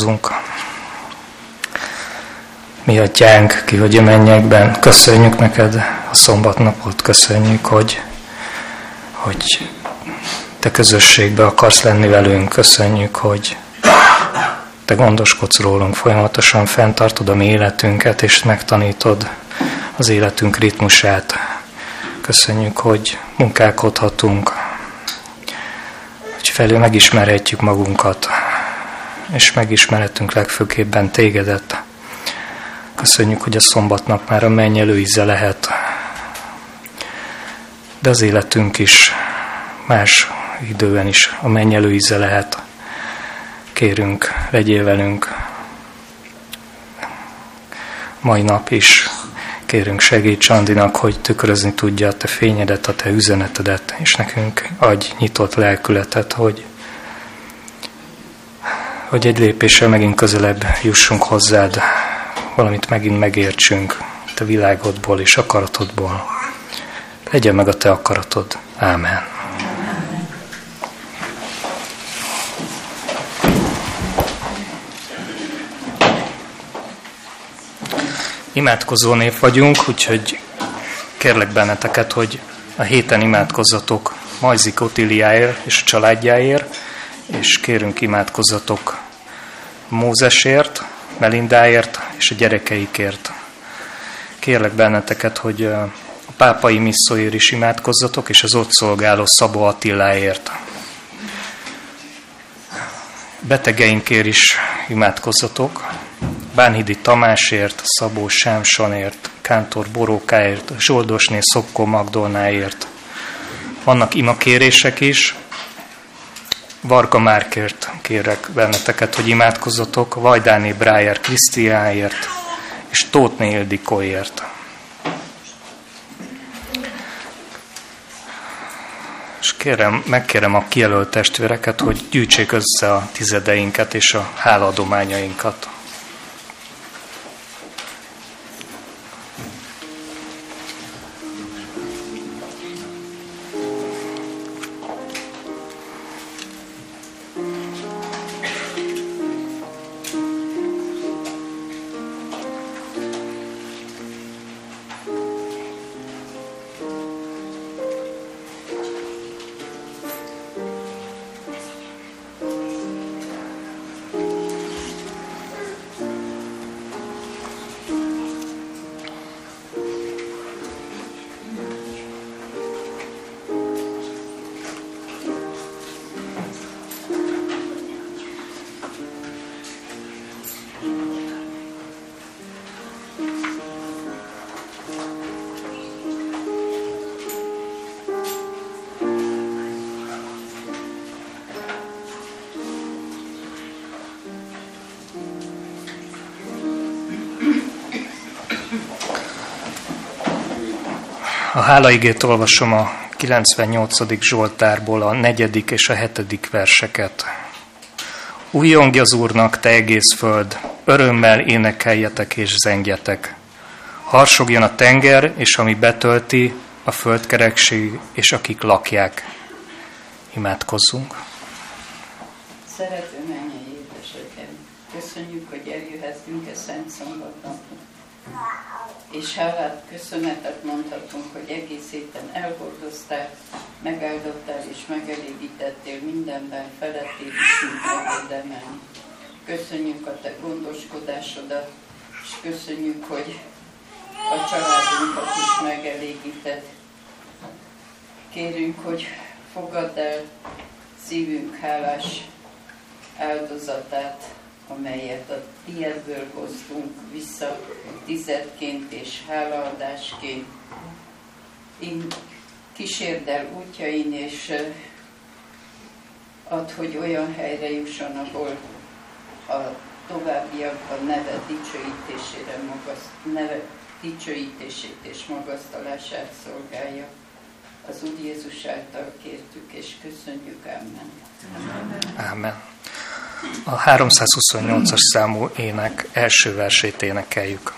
Imádkozzunk. Mi Atyánk, ki vagy a mennyekben, köszönjük neked a szombatnapot, köszönjük, hogy te közösségbe akarsz lenni velünk, köszönjük, hogy te gondoskodsz rólunk, folyamatosan fenntartod a mi életünket, és megtanítod az életünk ritmusát. Köszönjük, hogy munkálkodhatunk, hogy felül megismerhetjük magunkat, és megismerhetünk legfőképpen tégedet. Köszönjük, hogy a szombatnap már a mennyelő íze lehet, de az életünk is más időben is a mennyelő íze lehet. Kérünk, legyél velünk mai nap is. Kérünk, segíts Andinak, hogy tükrözni tudja a te fényedet, a te üzenetedet, és nekünk adj nyitott lelkületet, hogy egy lépéssel megint közelebb jussunk hozzád, valamit megint megértsünk te világodból és akaratodból. Legyen meg a te akaratod. Ámen. Imádkozó nép vagyunk, úgyhogy kérlek benneteket, hogy a héten imádkozzatok Majzik Otíliáért és a családjáért, és kérünk imádkozzatok Mózesért, Melindáért és a gyerekeikért. Kérlek benneteket, hogy a pápai misszóért is imádkozzatok, és az ott szolgáló Szabó Attiláért. Betegeinkért is imádkozzatok, Bánhidi Tamásért, Szabó Sámsonért, Kántor Borókáért, Zsoldosné Szopkó Magdolnáért. Vannak imakérések is. Varga Márkért kérek benneteket, hogy imádkozzatok, Vajdáné Brájer Krisztiáért és Tóthné Ildikóért. És megkérem a kijelölt testvéreket, hogy gyűjtsék össze a tizedeinket és a hálaadományainkat. A hálaigét olvasom a 98. Zsoltárból a 4. és a 7. verseket. Újjongj az Úrnak, te egész föld, örömmel énekeljetek és zengjetek. Harsogjon a tenger, és ami betölti, a földkerekség, és akik lakják. Imádkozzunk. Szerető mennyei édesatyám, köszönjük, hogy eljöhettünk a Szent Szombatnapon. És hálát, köszönetet mondhatunk, hogy egész héten elhordoztál, megáldottál és megelégítettél mindenben, felettél is megérdemelni. Köszönjük a te gondoskodásodat, és köszönjük, hogy a családunkat is megelégíted. Kérünk, hogy fogadd el szívünk hálás áldozatát, amelyet a tiédből hoztunk vissza tizedként és hálaadásként. Kísérd el útjain, és add, hogy olyan helyre jusson, ahol a továbbiakban neve dicsőítését és magasztalását szolgálja. Az Úr Jézus által kértük, és köszönjük. Amen. Amen. A 328-as számú ének első versét énekeljük.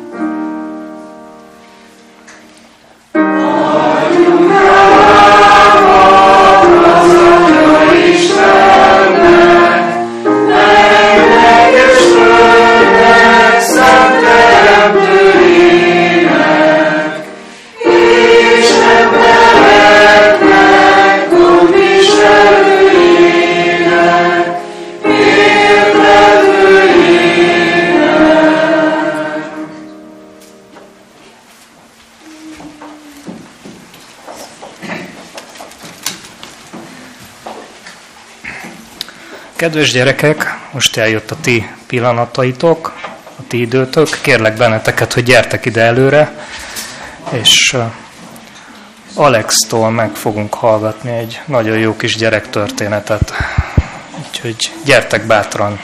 Adjunk Kedves gyerekek, most eljött a ti pillanataitok, a ti időtök. Kérlek benneteket, hogy gyertek ide előre, és Alextól meg fogunk hallgatni egy nagyon jó kis gyerektörténetet. Úgyhogy gyertek bátran!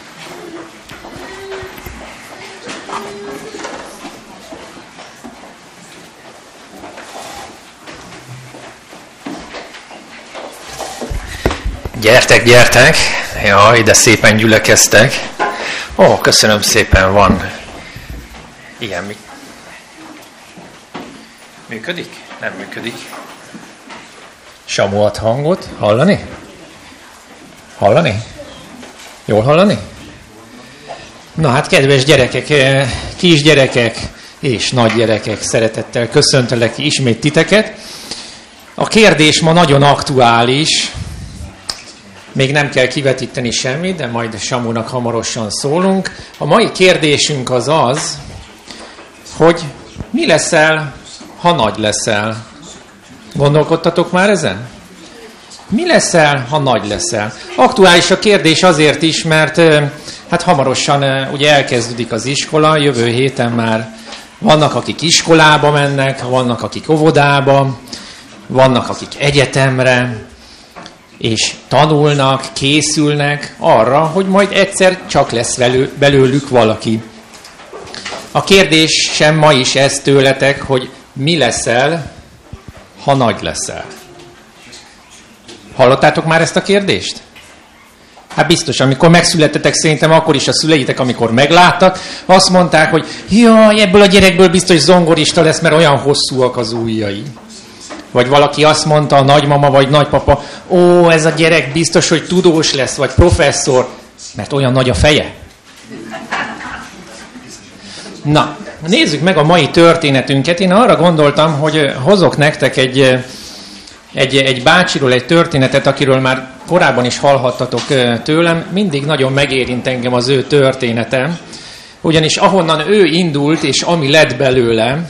Gyertek, gyertek! Jaj, de szépen gyülekeztek. Ó, köszönöm szépen, van. Igen, működik? Nem működik. Samu ad hangot. Hallani? Hallani? Jól hallani? Na hát, kedves gyerekek, kisgyerekek és nagygyerekek, szeretettel köszöntelek ismét titeket. A kérdés ma nagyon aktuális. Még nem kell kivetíteni semmit, de majd Samunak hamarosan szólunk. A mai kérdésünk az, hogy mi leszel, ha nagy leszel? Gondolkodtatok már ezen? Mi leszel, ha nagy leszel? Aktuális a kérdés azért is, mert hát hamarosan ugye elkezdődik az iskola, jövő héten már vannak, akik iskolába mennek, vannak, akik óvodába, vannak, akik egyetemre, és tanulnak, készülnek arra, hogy majd egyszer csak lesz belőlük valaki. A kérdés sem ma is ez tőletek, hogy mi leszel, ha nagy leszel. Hallottátok már ezt a kérdést? Hát biztos, amikor megszülettetek, szerintem akkor is a szüleitek, amikor megláttak, azt mondták, hogy jaj, ebből a gyerekből biztos zongorista lesz, mert olyan hosszúak az ujjai. Vagy valaki azt mondta, a nagymama vagy nagypapa, ó, ez a gyerek biztos, hogy tudós lesz, vagy professzor, mert olyan nagy a feje. Na, nézzük meg a mai történetünket. Én arra gondoltam, hogy hozok nektek egy bácsiról egy történetet, akiről már korábban is hallhattatok tőlem. Mindig nagyon megérint engem az ő történetem, ugyanis ahonnan ő indult, és ami lett belőle,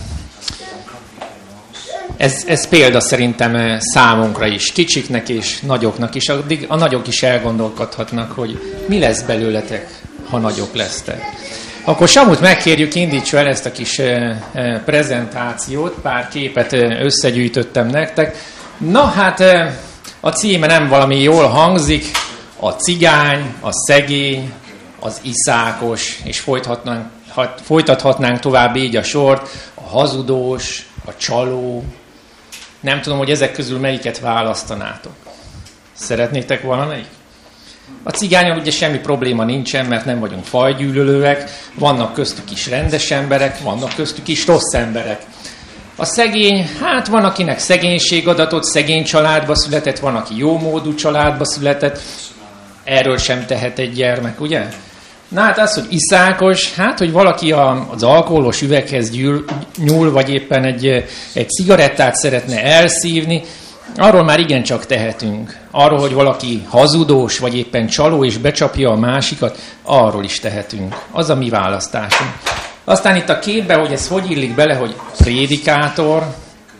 ez példa szerintem számunkra is, kicsiknek és nagyoknak is. Addig a nagyok is elgondolkodhatnak, hogy mi lesz belőletek, ha nagyok lesztek. Akkor Samut megkérjük, indítsa el ezt a kis prezentációt, pár képet összegyűjtöttem nektek. Na hát a címe nem valami jól hangzik, a cigány, a szegény, az iszákos, és folytathatnánk tovább így a sort, a hazudós, a csaló. Nem tudom, hogy ezek közül melyiket választanátok. Szeretnétek valamelyik? A cigányon ugye semmi probléma nincsen, mert nem vagyunk fajgyűlölőek, vannak köztük is rendes emberek, vannak köztük is rossz emberek. A szegény, hát van, akinek szegénység adatot, szegény családba született, van, aki jómódú családba született, erről sem tehet egy gyermek, ugye? Na hát az, hogy iszákos, hát, hogy valaki az alkoholos üveghez nyúl, vagy éppen egy cigarettát szeretne elszívni, arról már igencsak tehetünk. Arról, hogy valaki hazudós, vagy éppen csaló, és becsapja a másikat, arról is tehetünk. Az a mi választásunk. Aztán itt a képben, hogy ez hogy illik bele, hogy prédikátor,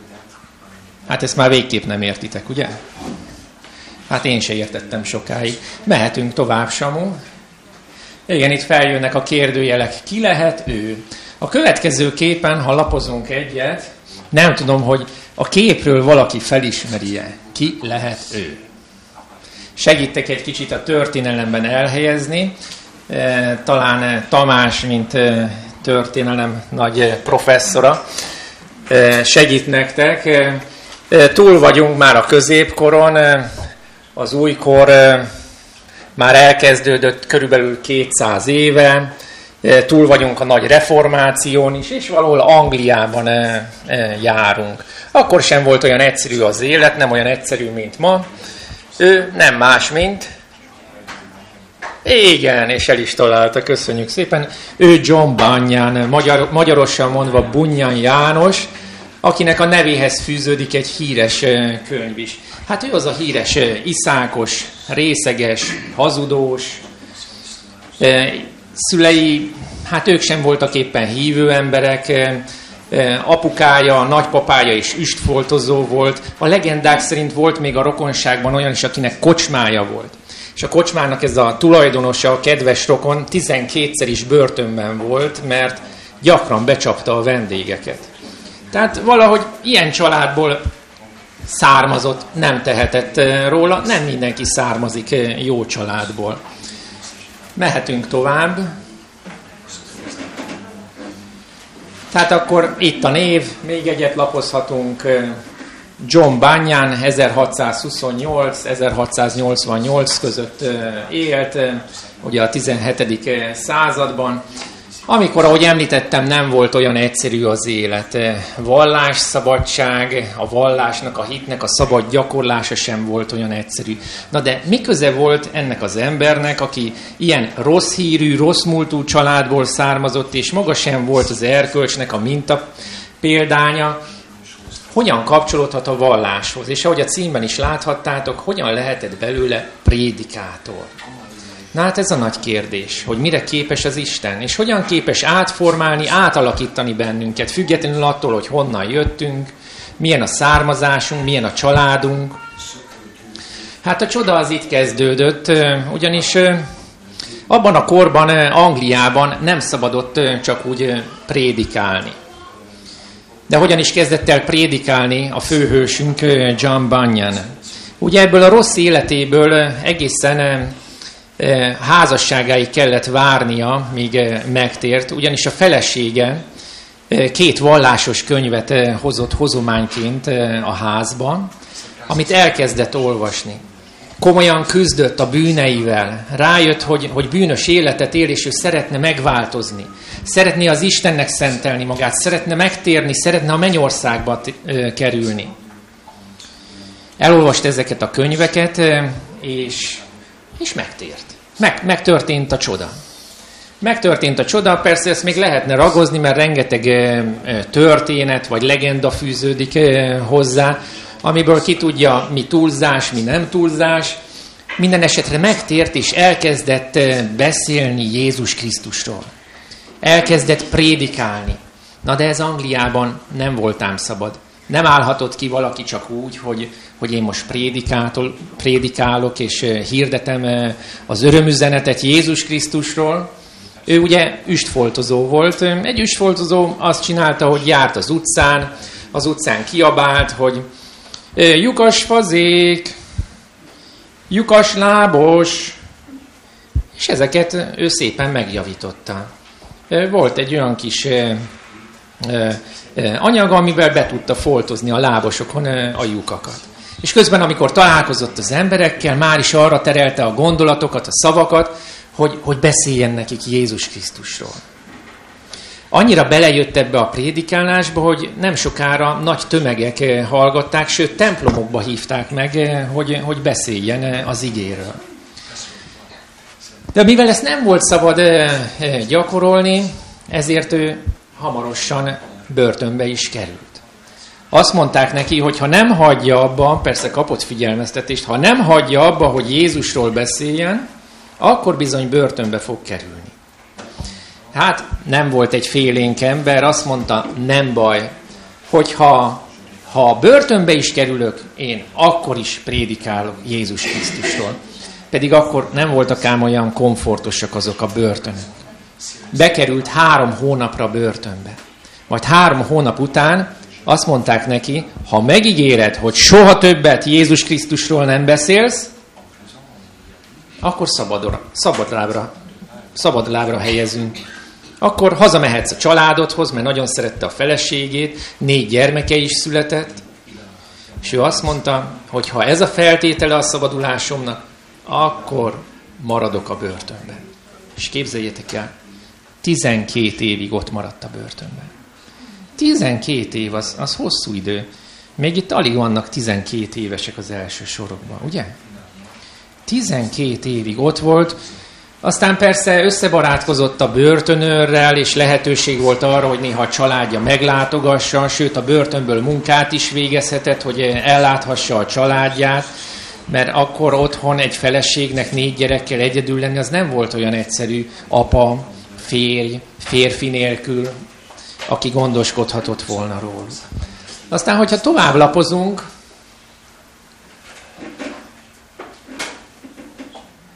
hát ezt már végképp nem értitek, ugye? Hát én se értettem sokáig. Mehetünk tovább, Samu. Igen, itt feljönnek a kérdőjelek. Ki lehet ő? A következő képen, ha lapozunk egyet, nem tudom, hogy a képről valaki felismeri-e. Ki lehet ő? Segítek egy kicsit a történelemben elhelyezni. Talán Tamás, mint történelem nagy professzora, segít nektek. Túl vagyunk már a középkoron, az újkor már elkezdődött körülbelül 200 éve, túl vagyunk a nagy reformáción is, és valahol Angliában járunk. Akkor sem volt olyan egyszerű az élet, nem olyan egyszerű, mint ma. Ő nem más, mint... Igen, és el is találta, köszönjük szépen. Ő John Bunyan, magyarosan mondva Bunyan János, akinek a nevéhez fűződik egy híres könyv is. Hát ő az a híres iszákos, részeges, hazudós. Szülei, hát ők sem voltak éppen hívő emberek. Apukája, nagypapája is üstfoltozó volt. A legendák szerint volt még a rokonságban olyan is, akinek kocsmája volt. és a kocsmának ez a tulajdonosa, a kedves rokon 12-szer is börtönben volt, mert gyakran becsapta a vendégeket. Tehát valahogy ilyen családból származott, nem tehetett róla, nem mindenki származik jó családból. Mehetünk tovább. Tehát akkor itt a név, még egyet lapozhatunk. John Bunyan 1628-1688 között élt, ugye a 17. században, amikor, ahogy említettem, nem volt olyan egyszerű az élet. Vallásszabadság, a vallásnak, a hitnek a szabad gyakorlása sem volt olyan egyszerű. Na de mi köze volt ennek az embernek, aki ilyen rossz hírű, rossz múltú családból származott, és maga sem volt az erkölcsnek a minta példánya, hogyan kapcsolódhat a valláshoz? És ahogy a címben is láthattátok, hogyan lehetett belőle prédikátor? Na hát ez a nagy kérdés, hogy mire képes az Isten, és hogyan képes átformálni, átalakítani bennünket, függetlenül attól, hogy honnan jöttünk, milyen a származásunk, milyen a családunk. Hát a csoda az itt kezdődött, ugyanis abban a korban, Angliában nem szabadott csak úgy prédikálni. De hogyan is kezdett el prédikálni a főhősünk, John Bunyan? Ugye ebből a rossz életéből egészen házasságáig kellett várnia, míg megtért, ugyanis a felesége 2 vallásos könyvet hozott hozományként a házba, amit elkezdett olvasni. Komolyan küzdött a bűneivel, rájött, hogy bűnös életet él, és ő szeretne megváltozni. Szeretné az Istennek szentelni magát, szeretne megtérni, szeretne a mennyországba kerülni. Elolvast ezeket a könyveket, és megtért. Megtörtént a csoda. Megtörtént a csoda, persze ezt még lehetne ragozni, mert rengeteg történet vagy legenda fűződik hozzá, amiből ki tudja, mi túlzás, mi nem túlzás. Minden esetre megtért, és elkezdett beszélni Jézus Krisztusról. Elkezdett prédikálni. Na de ez Angliában nem volt ám szabad. Nem állhatott ki valaki csak úgy, hogy én most prédikálok, és hirdetem az örömüzenetet Jézus Krisztusról. Ő ugye üstfoltozó volt. Egy üstfoltozó azt csinálta, hogy járt az utcán kiabált, hogy lyukas fazék, lyukas lábos, és ezeket ő szépen megjavította. Volt egy olyan kis anyag, amivel be tudta foltozni a lábosokon a lyukakat. És közben, amikor találkozott az emberekkel, már is arra terelte a gondolatokat, a szavakat, hogy beszéljen nekik Jézus Krisztusról. Annyira belejött ebbe a prédikálásba, hogy nem sokára nagy tömegek hallgatták, sőt templomokba hívták meg, hogy beszéljen az igéről. De mivel ezt nem volt szabad gyakorolni, ezért ő hamarosan börtönbe is került. Azt mondták neki, hogy ha nem hagyja abba, persze kapott figyelmeztetést, ha nem hagyja abba, hogy Jézusról beszéljen, akkor bizony börtönbe fog kerülni. Hát nem volt egy félénk ember, azt mondta, nem baj, hogyha börtönbe is kerülök, én akkor is prédikálok Jézus Krisztusról. Pedig akkor nem voltak ám olyan komfortosak azok a börtönök. Bekerült 3 hónapra börtönbe. Majd 3 hónap után azt mondták neki, ha megígéred, hogy soha többet Jézus Krisztusról nem beszélsz, akkor szabadlábra helyezünk. Akkor hazamehetsz a családodhoz, mert nagyon szerette a feleségét, 4 gyermeke is született, és ő azt mondta, hogy ha ez a feltétele a szabadulásomnak, akkor maradok a börtönben. És képzeljétek el, 12 évig ott maradt a börtönben. 12 év, az hosszú idő. Még itt alig vannak 12 évesek az első sorokban, ugye? 12 évig ott volt, aztán persze összebarátkozott a börtönőrrel, és lehetőség volt arra, hogy néha a családja meglátogassa, sőt a börtönből munkát is végezhetett, hogy elláthassa a családját, mert akkor otthon egy feleségnek 4 gyerekkel egyedül lenni, az nem volt olyan egyszerű, apa, férfi nélkül, aki gondoskodhatott volna róla. Aztán, hogyha tovább lapozunk,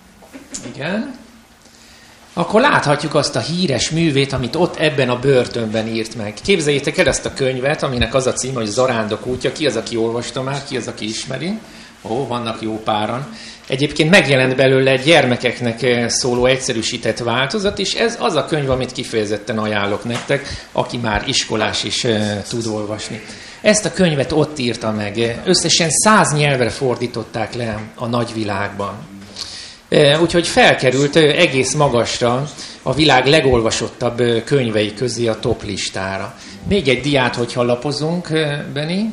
Igen. Akkor láthatjuk azt a híres művét, amit ott ebben a börtönben írt meg. Képzeljétek el ezt a könyvet, aminek az a címe, hogy Zarándok útja. Ki az, aki olvasta már? Ki az, aki ismeri? Ó, vannak jó páran. Egyébként megjelent belőle egy gyermekeknek szóló egyszerűsített változat, és ez az a könyv, amit kifejezetten ajánlok nektek, aki már iskolás is tud olvasni. Ezt a könyvet ott írta meg. Összesen 100 nyelvre fordították le a nagyvilágban. Úgyhogy felkerült egész magasra a világ legolvasottabb könyvei közé a top listára. Még egy diát, hogyha lapozunk, Beni.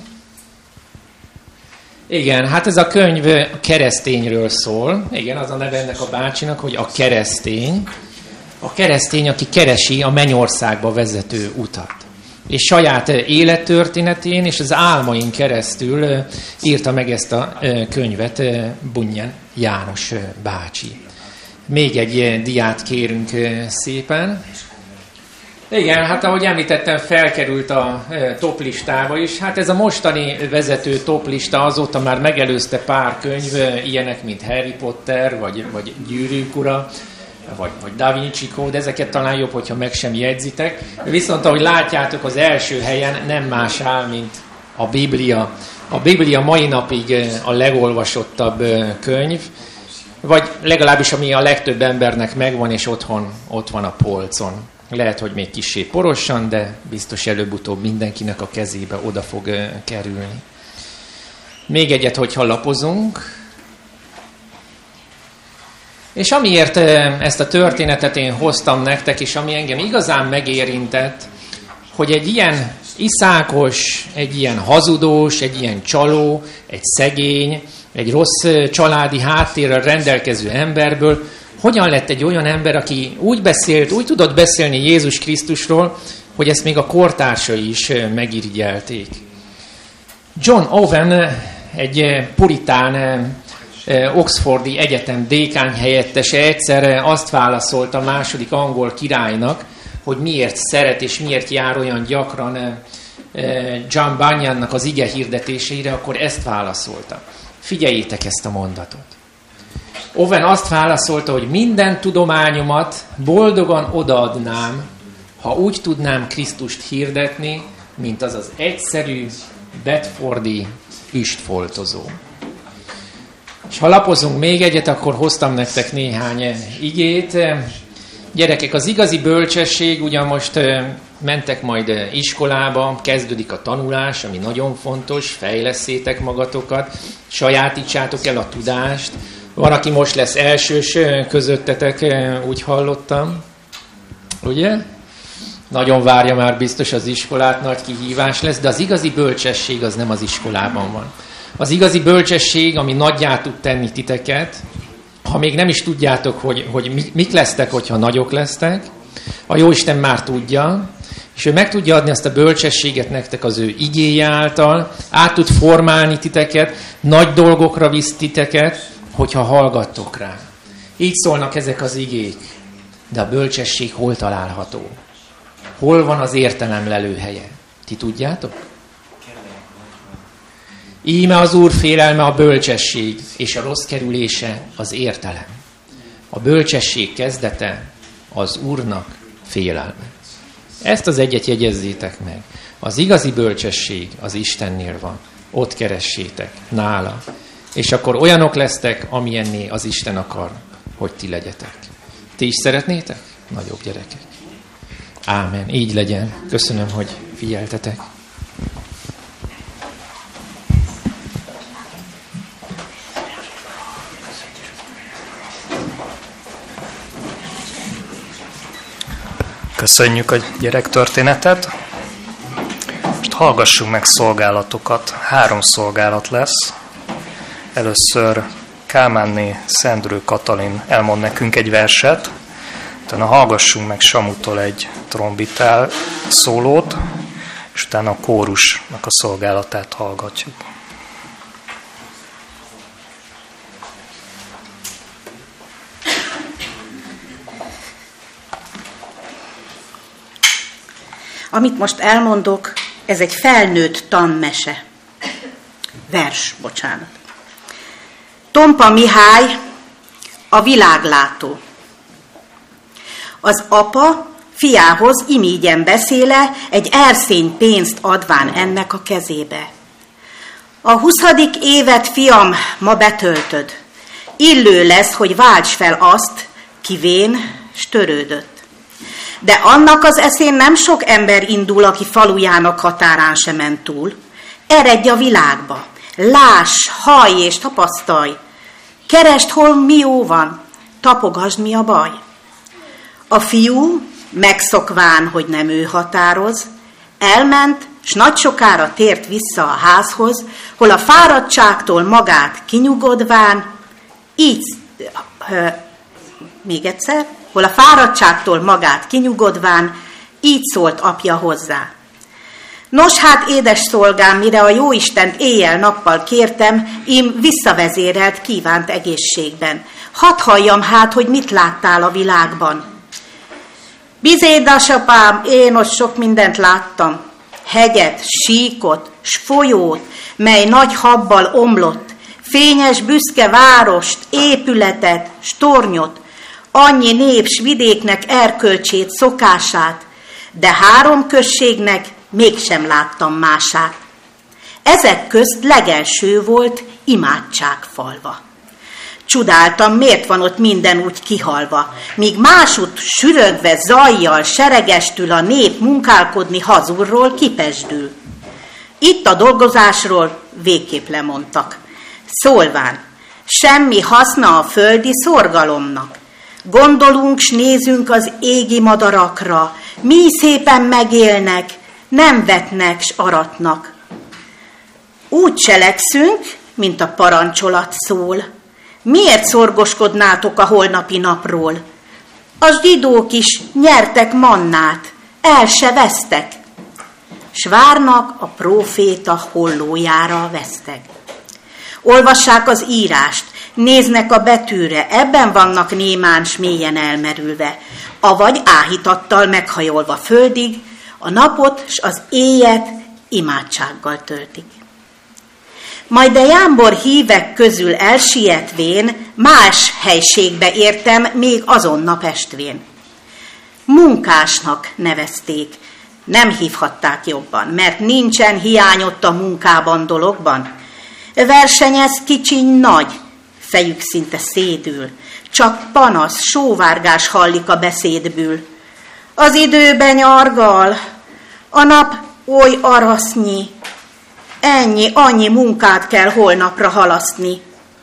Igen, hát ez a könyv a keresztényről szól. Igen, az a neve ennek a bácsinak, hogy a keresztény. A keresztény, aki keresi a mennyországba vezető utat. És saját élettörténetén és az álmain keresztül írta meg ezt a könyvet Bunyan János bácsi. Még egy diát kérünk szépen. Igen, hát ahogy említettem, felkerült a toplistába is. Hát ez a mostani vezető toplista azóta már megelőzte pár könyv, ilyenek, mint Harry Potter, vagy Gyűrűk ura, vagy Da Vinci Code, ezeket talán jobb, hogyha meg sem jegyzitek. Viszont ahogy látjátok, az első helyen nem más áll, mint a Biblia. A Biblia mai napig a legolvasottabb könyv, vagy legalábbis ami a legtöbb embernek megvan, és otthon ott van a polcon. Lehet, hogy még kissé porosan, de biztos előbb-utóbb mindenkinek a kezébe oda fog kerülni. Még egyet, hogyha lapozunk. És amiért ezt a történetet én hoztam nektek, és ami engem igazán megérintett, hogy egy ilyen iszákos, egy ilyen hazudós, egy ilyen csaló, egy szegény, egy rossz családi háttérrel rendelkező emberből hogyan lett egy olyan ember, aki úgy tudott beszélni Jézus Krisztusról, hogy ezt még a kortársai is megirigyelték. John Owen, egy puritán Oxfordi Egyetem dékán helyettese egyszer azt válaszolta a második angol királynak, hogy miért szeret és miért jár olyan gyakran John Bunyannak az ige hirdetéseire, akkor ezt válaszolta. Figyeljétek ezt a mondatot. Owen azt válaszolta, hogy minden tudományomat boldogan odaadnám, ha úgy tudnám Krisztust hirdetni, mint az az egyszerű, bedfordi üstfoltozó. És ha lapozunk még egyet, akkor hoztam nektek néhány igét. Gyerekek, az igazi bölcsesség, ugyan most mentek majd iskolába, kezdődik a tanulás, ami nagyon fontos, fejlesszétek magatokat, sajátítsátok el a tudást. Van, aki most lesz elsős közöttetek, úgy hallottam. Ugye? Nagyon várja már biztos az iskolát, nagy kihívás lesz, de az igazi bölcsesség az nem az iskolában van. Az igazi bölcsesség, ami nagyjá tud tenni titeket, ha még nem is tudjátok, hogy mik lesztek, hogyha nagyok lesztek, a Jóisten már tudja, és ő meg tudja adni azt a bölcsességet nektek az ő igéje által, át tud formálni titeket, nagy dolgokra visz titeket, hogyha hallgattok rá. Így szólnak ezek az igék. De a bölcsesség hol található? Hol van az értelem lelőhelye? Ti tudjátok? Íme az Úr félelme a bölcsesség, és a rossz kerülése az értelem. A bölcsesség kezdete az Úrnak félelme. Ezt az egyet jegyezzétek meg. Az igazi bölcsesség az Istennél van. Ott keressétek, nála. És akkor olyanok lesztek, amilyenné az Isten akar, hogy ti legyetek. Ti is szeretnétek? Nagyobb gyerekek. Ámen. Így legyen. Köszönöm, hogy figyeltetek. Köszönjük a gyerektörténetet. Most hallgassunk meg szolgálatokat. 3 szolgálat lesz. Először Kálmánné Szendrő Katalin elmond nekünk egy verset, utána hallgassunk meg Samutól egy trombitál szólót, és utána a kórusnak a szolgálatát hallgatjuk. Amit most elmondok, ez egy felnőtt tanmese. Vers, bocsánat. Tompa Mihály a világlátó. Az apa fiához imígyen beszéle, egy erszény pénzt adván ennek a kezébe. A 20. évet, fiam, ma betöltöd. Illő lesz, hogy válts fel azt, ki vén, s törődött. De annak az eszén nem sok ember indul, aki falujának határán sem ment túl. Eredj a világba, láss, hallj és tapasztalj. Keresd, hol mi jó van, tapogasd, mi a baj. A fiú, megszokván, hogy nem ő határoz, elment, s nagy sokára tért vissza a házhoz, hol a fáradtságtól magát kinyugodván, hol a fáradtságtól magát kinyugodván, így szólt apja hozzá. Nos hát, édes szolgám, mire a jóistent éjjel-nappal kértem, ím visszavezérelt kívánt egészségben. Hadd halljam hát, hogy mit láttál a világban. Bizédasapám, én ott sok mindent láttam. Hegyet, síkot, s folyót, mely nagy habbal omlott, fényes, büszke várost, épületet, s tornyot, annyi nép s vidéknek erkölcsét, szokását, de 3 községnek mégsem láttam mását. Ezek közt legelső volt imádságfalva. Csodáltam, miért van ott minden úgy kihalva, míg másutt sürögve, zajjal, seregestül a nép munkálkodni hazulról kipesdül. Itt a dolgozásról végképp lemondtak, szólván, semmi haszna a földi szorgalomnak. Gondolunk s nézünk az égi madarakra, mi szépen megélnek, nem vetnek s aratnak. Úgy cselekszünk, mint a parancsolat szól. Miért szorgoskodnátok a holnapi napról? A zsidók is nyertek mannát, el se vesztek, s várnak a próféta hollójára vesztek. Olvassák az írást, néznek a betűre, ebben vannak némán s mélyen elmerülve, avagy áhítattal meghajolva földig, a napot s az éjet imádsággal töltik. Majd de jámbor hívek közül elsietvén, más helységbe értem még azon nap estvén. Munkásnak nevezték, nem hívhatták jobban, mert nincsen hiány ott a munkában dologban. Versenyez kicsiny nagy, fejük szinte szédül, csak panasz, sóvárgás hallik a beszédből. Az időben nyargal, a nap oly arasznyi, annyi munkát kell holnapra halasztni.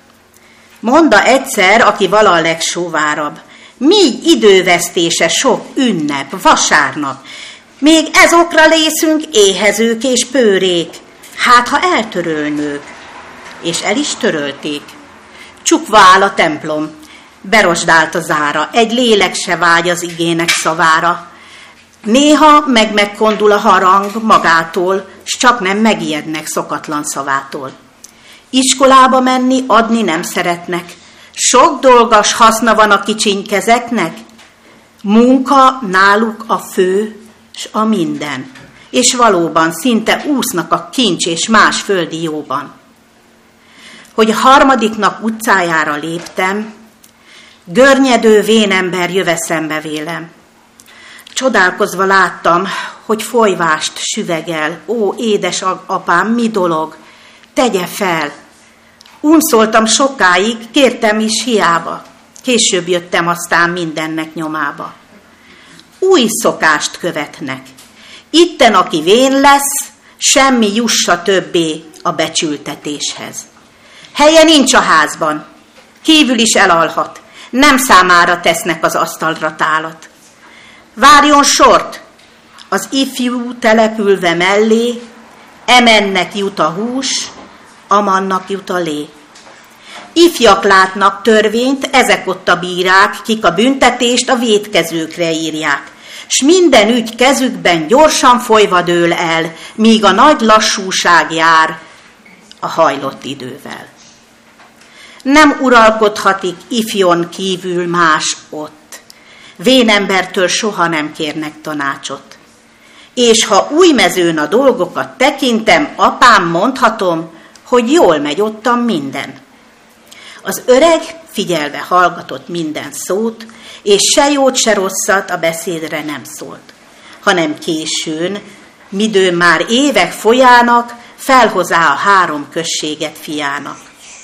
Monda egyszer, aki vala a legsóvárabb, míg idővesztése sok ünnep, vasárnap, még ezokra lészünk éhezők és pőrék, hát ha eltörölnők, és el is törölték. Csukva áll a templom, berosdált a zára, egy lélek se vágy az igének szavára. Néha megkondul a harang magától, s csak nem megijednek szokatlan szavától. Iskolába menni, adni nem szeretnek. Sok dolgas haszna van a kicsiny kezeknek. Munka náluk a fő, s a minden. És valóban szinte úsznak a kincs és más földi jóban. Hogy a 3. nap utcájára léptem, görnyedő vénember jöve szembe vélem. Csodálkozva láttam, hogy folyvást süvegel. Ó, édes apám, mi dolog? Tegye fel! Unszoltam sokáig, kértem is hiába. Később jöttem aztán mindennek nyomába. Új szokást követnek. Itten, aki vén lesz, semmi jussa többé a becsültetéshez. Helye nincs a házban, kívül is elalhat, nem számára tesznek az asztalra tálat. Várjon sort, az ifjú települve mellé, emennek jut a hús, amannak jut a lé. Ifjak látnak törvényt, ezek ott a bírák, kik a büntetést a vétkezőkre írják. S minden ügy kezükben gyorsan folyva dől el, míg a nagy lassúság jár a hajlott idővel. Nem uralkodhatik ifjon kívül más ott. Vénembertől soha nem kérnek tanácsot. És ha új mezőn a dolgokat tekintem, apám, mondhatom, hogy jól megy ottan minden. Az öreg figyelve hallgatott minden szót, és se jót, se rosszat a beszédre nem szólt, hanem későn, midőn már évek folyának, felhozá a 3 községet fiának.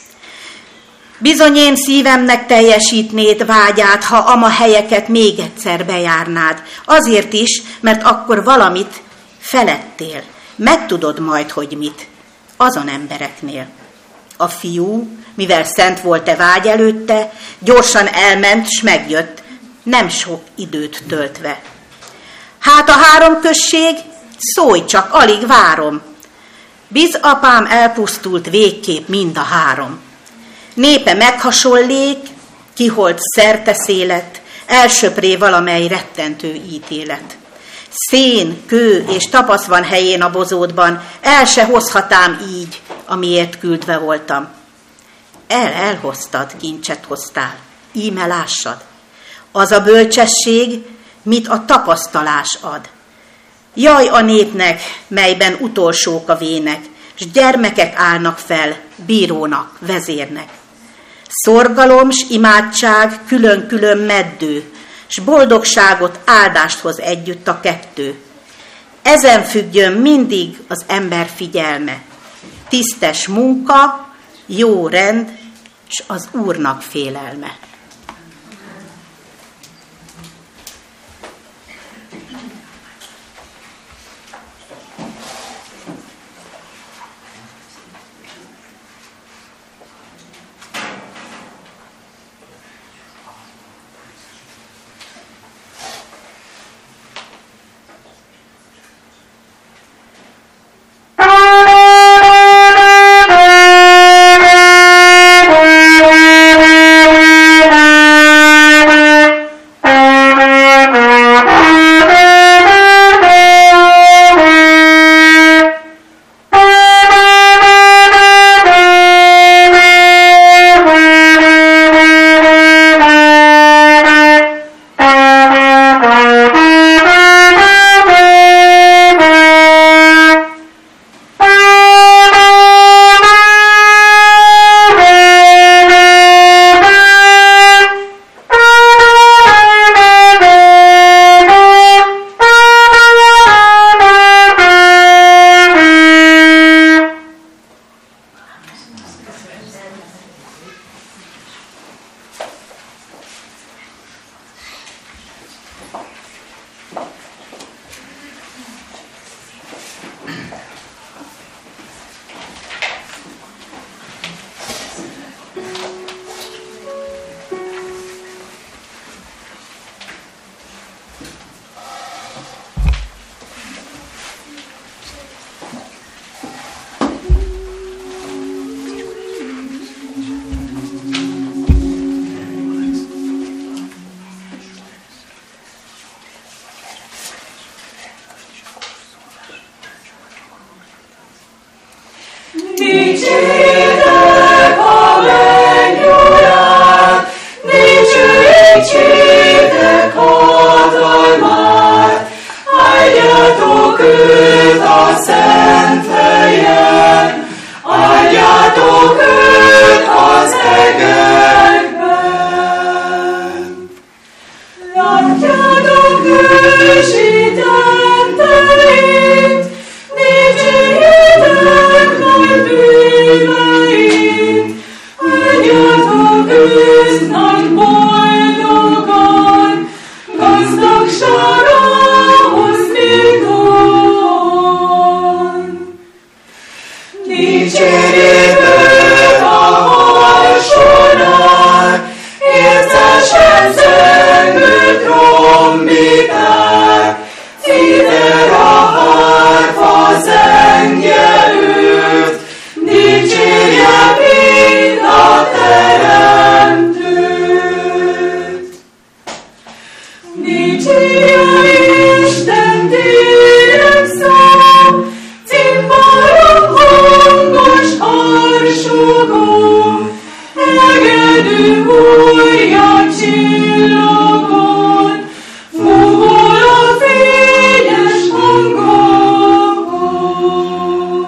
Bizony én szívemnek teljesítnéd vágyát, ha ama helyeket még egyszer bejárnád. Azért is, mert akkor valamit felettél. Megtudod majd, hogy mit. Azon embereknél. A fiú, mivel szent volt-e vágy előtte, gyorsan elment, s megjött, nem sok időt töltve. Hát a 3 község, szólj csak, alig várom. Biz apám elpusztult végképp mind a 3. Népe meghasonlék, kiholt szerteszélet, elsöpré valamely rettentő ítélet. Szén, kő és tapasz van helyén a bozótban, el se hozhatám így, amiért küldve voltam. Elhoztad, kincset hoztál, íme lássad. Az a bölcsesség, mit a tapasztalás ad. Jaj a népnek, melyben utolsók a vének, s gyermekek állnak fel bírónak, vezérnek. Szorgalom s imádság külön-külön meddő, s boldogságot, áldást hoz együtt a 2. Ezen függjön mindig az ember figyelme. Tisztes munka, jó rend, s az Úrnak félelme.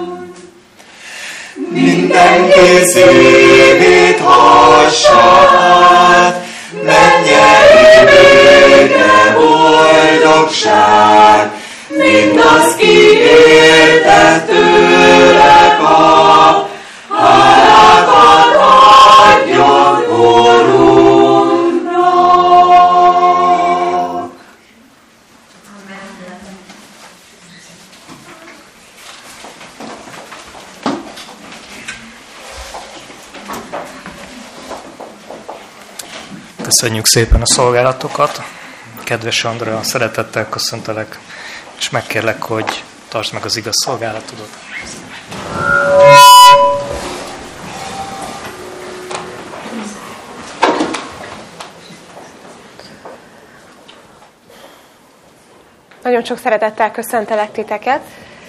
Mindenki szívét hassák, vége boldogság, mindaz, ki érte tőle kap, hálákat adjon Urunknak. Köszönjük szépen a szolgálatokat. Kedves Andrea, szeretettel köszöntelek, és megkérlek, hogy tartsd meg az igaz szolgálatodat. Nagyon sok szeretettel köszöntelek titeket.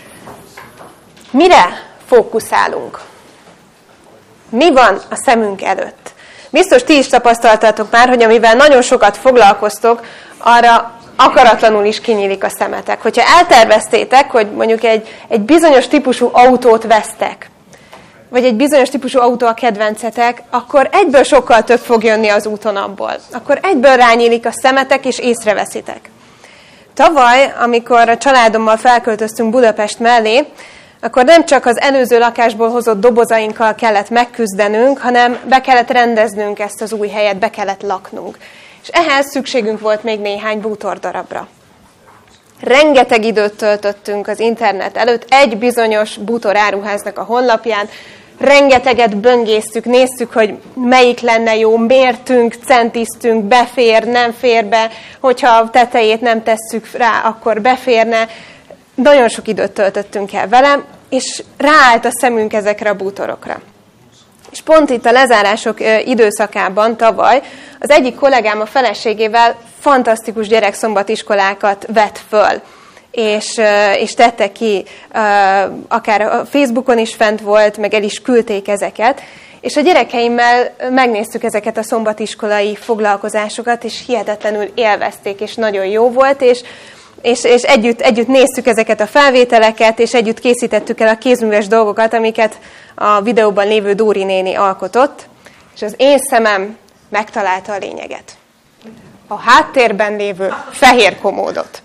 Mire fókuszálunk? Mi van a szemünk előtt? Biztos ti is tapasztaltatok már, hogy amivel nagyon sokat foglalkoztok, arra akaratlanul is kinyílik a szemetek. Hogyha elterveztétek, hogy mondjuk egy bizonyos típusú autót vesztek, vagy egy bizonyos típusú autó a kedvencetek, akkor egyből sokkal több fog jönni az úton abból. Akkor egyből rányílik a szemetek, és észreveszitek. Tavaly, amikor a családommal felköltöztünk Budapest mellé, akkor nem csak az előző lakásból hozott dobozainkkal kellett megküzdenünk, hanem be kellett rendeznünk ezt az új helyet, be kellett laknunk. És ehhez szükségünk volt még néhány bútordarabra. Rengeteg időt töltöttünk az internet előtt egy bizonyos bútoráruháznak a honlapján, rengeteget böngésztük, néztük, hogy melyik lenne jó, mértünk, centiztünk, befér, nem fér be, hogyha a tetejét nem tesszük rá, akkor beférne. Nagyon sok időt töltöttünk el vele, és ráállt a szemünk ezekre a bútorokra. És pont itt a lezárások időszakában tavaly az egyik kollégám a feleségével fantasztikus gyerekszombatiskolákat vett föl, és tette ki, akár a Facebookon is fent volt, meg el is küldték ezeket, és a gyerekeimmel megnéztük ezeket a szombatiskolai foglalkozásokat, és hihetetlenül élvezték, és nagyon jó volt, és együtt néztük ezeket a felvételeket, és együtt készítettük el a kézműves dolgokat, amiket a videóban lévő Dóri néni alkotott, és az én szemem megtalálta a lényeget. A háttérben lévő fehér komódot.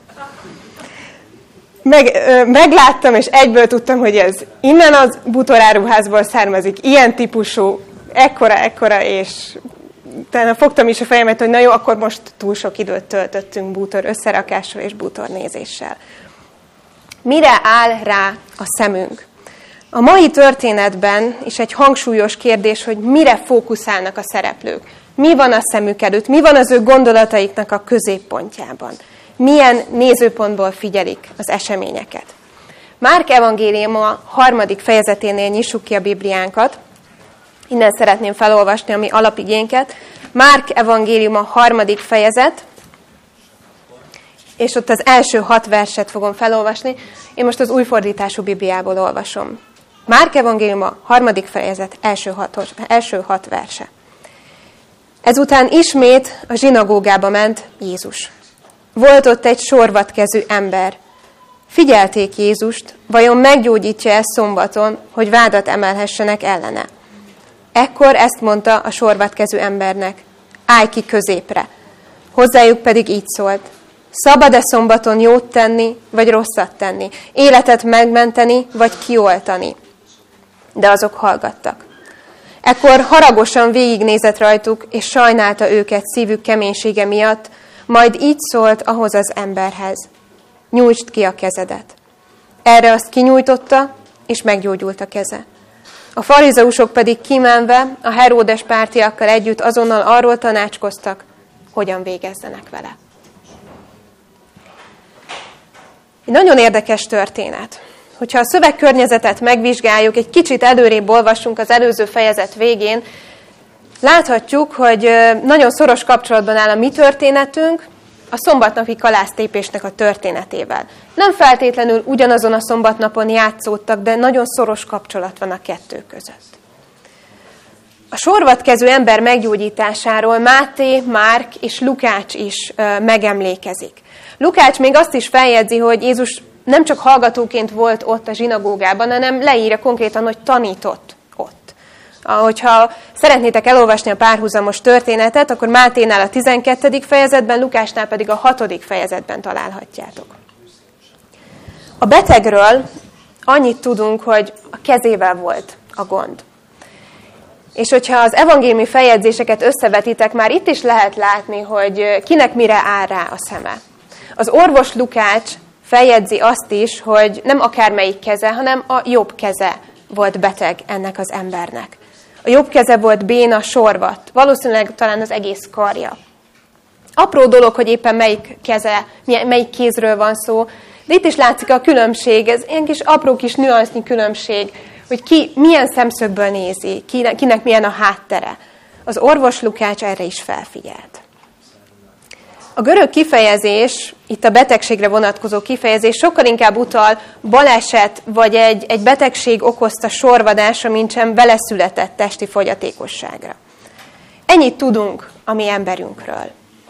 Megláttam, és egyből tudtam, hogy ez innen az bútoráruházból származik, ilyen típusú, ekkora, és utána fogtam is a fejemet, hogy na jó, akkor most túl sok időt töltöttünk bútor összerakással és bútornézéssel. Mire áll rá a szemünk? A mai történetben is egy hangsúlyos kérdés, hogy mire fókuszálnak a szereplők. Mi van a szemük előtt? Mi van az ő gondolataiknak a középpontjában? Milyen nézőpontból figyelik az eseményeket? Márk evangéliuma 3. fejezeténél nyissuk ki a Bibliánkat. Innen szeretném felolvasni a mi alapigénket. Márk evangéliuma 3. fejezet, és ott az első 6 verset fogom felolvasni. Én most az új fordítású Bibliából olvasom. Márk evangéliuma 3. fejezet, első 6 verse. Ezután ismét a zsinagógába ment Jézus. Volt ott egy sorvadkezű ember. Figyelték Jézust, vajon meggyógyítja-e szombaton, hogy vádat emelhessenek ellene. Ekkor ezt mondta a sorvadkezű embernek: állj ki középre. Hozzájuk pedig így szólt: szabad-e szombaton jót tenni, vagy rosszat tenni? Életet megmenteni, vagy kioltani? De azok hallgattak. Ekkor haragosan végignézett rajtuk, és sajnálta őket szívük keménysége miatt, majd így szólt ahhoz az emberhez: nyújtsd ki a kezedet. Erre azt kinyújtotta, és meggyógyult a keze. A farizeusok pedig kimenve a Heródes pártiakkal együtt azonnal arról tanácskoztak, hogyan végezzenek vele. Egy nagyon érdekes történet. Hogyha a szövegkörnyezetet megvizsgáljuk, egy kicsit előrébb olvassunk az előző fejezet végén, láthatjuk, hogy nagyon szoros kapcsolatban áll a mi történetünk a szombatnapi kalásztépésnek a történetével. Nem feltétlenül ugyanazon a szombatnapon játszódtak, de nagyon szoros kapcsolat van a kettő között. A sorvadkezű ember meggyógyításáról Máté, Márk és Lukács is megemlékezik. Lukács még azt is feljegyzi, hogy Jézus nem csak hallgatóként volt ott a zsinagógában, hanem leírja konkrétan, hogy tanított ott. Hogyha szeretnétek elolvasni a párhuzamos történetet, akkor Máténál a 12. fejezetben, Lukásnál pedig a 6. fejezetben találhatjátok. A betegről annyit tudunk, hogy a kezével volt a gond. És hogyha az evangéliumi feljegyzéseket összevetitek, már itt is lehet látni, hogy kinek mire áll rá a szeme. Az orvos Lukács feljegyzi azt is, hogy nem akármelyik keze, hanem a jobb keze volt beteg ennek az embernek. A jobb keze volt béna, sorvadt, valószínűleg talán az egész karja. Apró dolog, hogy éppen melyik kézről van szó, de itt is látszik a különbség, ez ilyen kis apró kis nüansznyi különbség, hogy ki milyen szemszögből nézi, kinek milyen a háttere. Az orvos Lukács erre is felfigyelt. A görög kifejezés, itt a betegségre vonatkozó kifejezés sokkal inkább utal baleset vagy egy betegség okozta sorvadásra, mint sem vele született testi fogyatékosságra. Ennyit tudunk a mi emberünkről.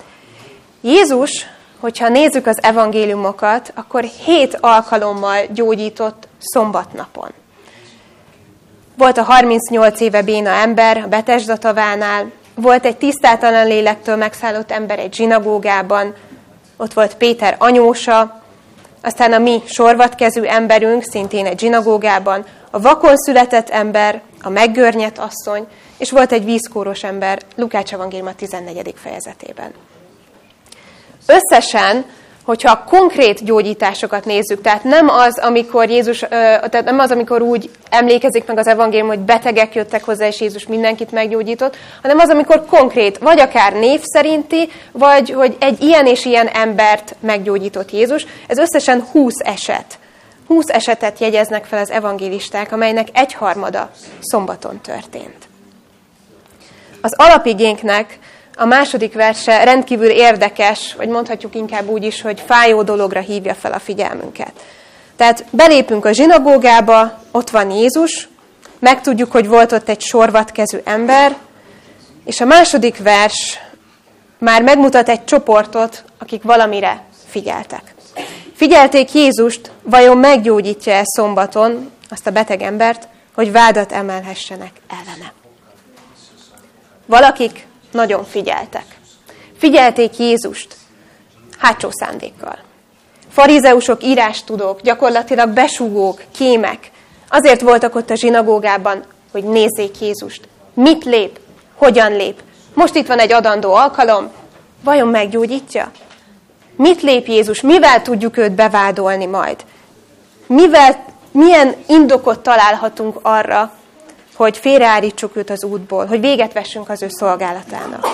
Jézus, hogyha nézzük az evangéliumokat, akkor 7 alkalommal gyógyított szombatnapon. Volt a 38 éve béna ember a Betesda tavánál, volt egy tisztátalan lélektől megszállott ember egy zsinagógában, ott volt Péter anyósa, aztán a mi sorvadkezű emberünk szintén egy zsinagógában, a vakon született ember, a meggörnyedt asszony, és volt egy vízkóros ember Lukács evangéliuma 14. fejezetében. Összesen, hogyha a konkrét gyógyításokat nézzük, tehát nem az, amikor úgy emlékezik meg az evangélium, hogy betegek jöttek hozzá, és Jézus mindenkit meggyógyított, hanem az, amikor konkrét, vagy akár név szerinti, vagy hogy egy ilyen és ilyen embert meggyógyított Jézus. Ez összesen 20 eset. 20 esetet jegyeznek fel az evangélisták, amelynek 1/3 szombaton történt. Az alapigénknek a második verse rendkívül érdekes, vagy mondhatjuk inkább úgy is, hogy fájó dologra hívja fel a figyelmünket. Tehát belépünk a zsinagógába, ott van Jézus, megtudjuk, hogy volt ott egy sorvadkezű ember, és a második vers már megmutat egy csoportot, akik valamire figyeltek. Figyelték Jézust, vajon meggyógyítja-e szombaton azt a beteg embert, hogy vádat emelhessenek ellene. Valakik nagyon figyeltek. Figyelték Jézust hátsó szándékkal. Farizeusok, írástudók, gyakorlatilag besúgók, kémek. Azért voltak ott a zsinagógában, hogy nézzék Jézust. Mit lép? Hogyan lép? Most itt van egy adandó alkalom. Vajon meggyógyítja? Mit lép Jézus? Mivel tudjuk őt bevádolni majd? Milyen indokot találhatunk arra, hogy félreállítsuk őt az útból, hogy véget vessünk az ő szolgálatának.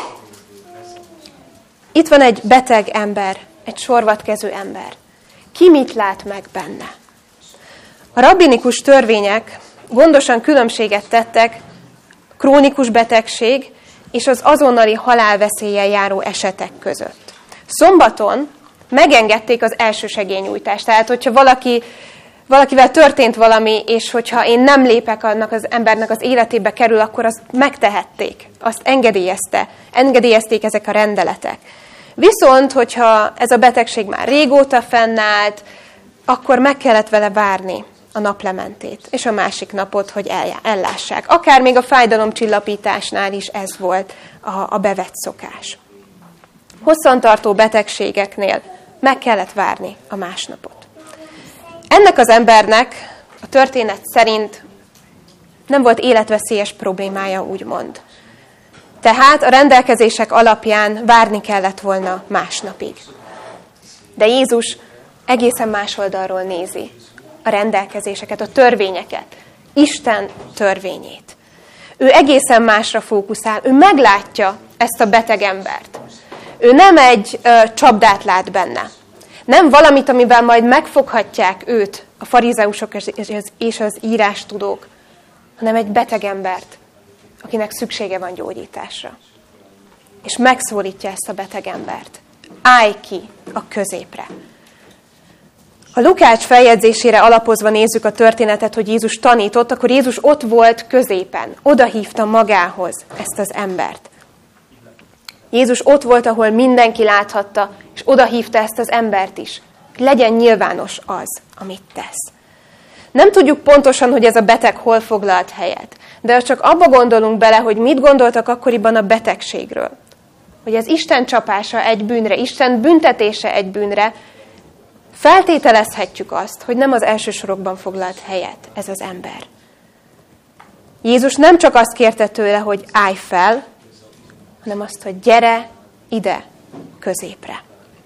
Itt van egy beteg ember, egy sorvadkezű ember. Ki mit lát meg benne? A rabbinikus törvények gondosan különbséget tettek krónikus betegség és az azonnali halálveszéllyel járó esetek között. Szombaton megengedték az elsősegélynyújtást, tehát hogyha valakivel történt valami, és hogyha én nem lépek, annak az embernek az életébe kerül, akkor azt megtehették, azt engedélyezték ezek a rendeletek. Viszont, hogyha ez a betegség már régóta fennállt, akkor meg kellett vele várni a naplementét, és a másik napot, hogy ellássák. Akár még a fájdalomcsillapításnál is ez volt a bevett szokás. Hosszantartó betegségeknél meg kellett várni a másnapot. Ennek az embernek a történet szerint nem volt életveszélyes problémája, úgymond. Tehát a rendelkezések alapján várni kellett volna másnapig. De Jézus egészen más oldalról nézi a rendelkezéseket, a törvényeket, Isten törvényét. Ő egészen másra fókuszál, ő meglátja ezt a beteg embert. Ő nem egy csapdát lát benne. Nem valamit, amivel majd megfoghatják őt a farizeusok és az írástudók, hanem egy beteg embert, akinek szüksége van gyógyításra. És megszólítja ezt a beteg embert. Állj ki a középre. A Lukács feljegyzésére alapozva nézzük a történetet, hogy Jézus tanított, akkor Jézus ott volt középen. Oda hívta magához ezt az embert. Jézus ott volt, ahol mindenki láthatta, és oda hívta ezt az embert is, hogy legyen nyilvános az, amit tesz. Nem tudjuk pontosan, hogy ez a beteg hol foglalt helyet. De csak abba gondolunk bele, hogy mit gondoltak akkoriban a betegségről. Hogy ez Isten csapása egy bűnre, Isten büntetése egy bűnre, feltételezhetjük azt, hogy nem az első sorokban foglalt helyet ez az ember. Jézus nem csak azt kérte tőle, hogy állj fel, hanem azt, hogy gyere ide, középre.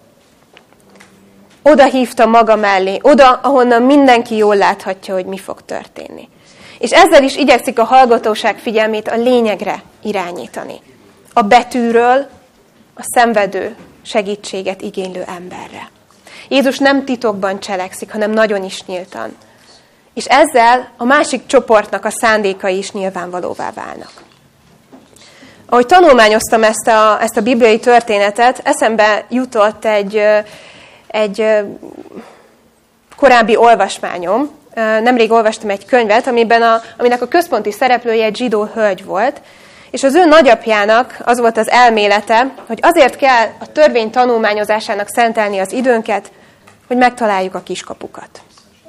Oda hívta maga mellé, oda, ahonnan mindenki jól láthatja, hogy mi fog történni. És ezzel is igyekszik a hallgatóság figyelmét a lényegre irányítani. A betűről a szenvedő, segítséget igénylő emberre. Jézus nem titokban cselekszik, hanem nagyon is nyíltan. És ezzel a másik csoportnak a szándékai is nyilvánvalóvá válnak. Ahogy tanulmányoztam ezt a bibliai történetet, eszembe jutott egy korábbi olvasmányom. Nemrég olvastam egy könyvet, aminek a központi szereplője egy zsidó hölgy volt, és az ő nagyapjának az volt az elmélete, hogy azért kell a törvény tanulmányozásának szentelni az időnket, hogy megtaláljuk a kiskapukat.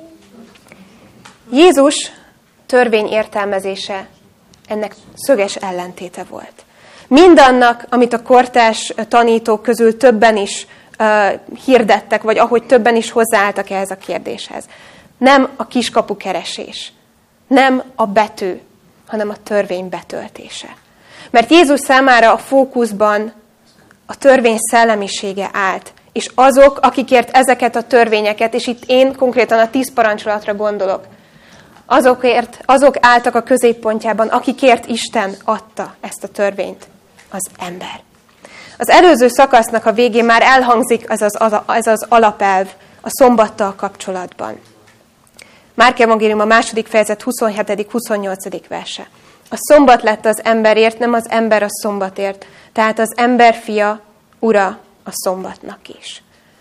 Jézus törvény értelmezése ennek szöges ellentéte volt. Mindannak, amit a kortárs tanítók közül többen is hirdettek, vagy ahogy többen is hozzáálltak ehhez a kérdéshez. Nem a kiskapu keresés, nem a betű, hanem a törvény betöltése. Mert Jézus számára a fókuszban a törvény szellemisége állt, és azok, akikért ezeket a törvényeket, és itt én konkrétan a 10 parancsolatra gondolok, azok álltak a középpontjában, akikért Isten adta ezt a törvényt, az ember. Az előző szakasznak a végén már elhangzik ez az alapelv a szombattal kapcsolatban. Márk evangélium a 2. fejezet 27.-28. verse. A szombat lett az emberért, nem az ember a szombatért, tehát az ember fia, ura a szombatnak is.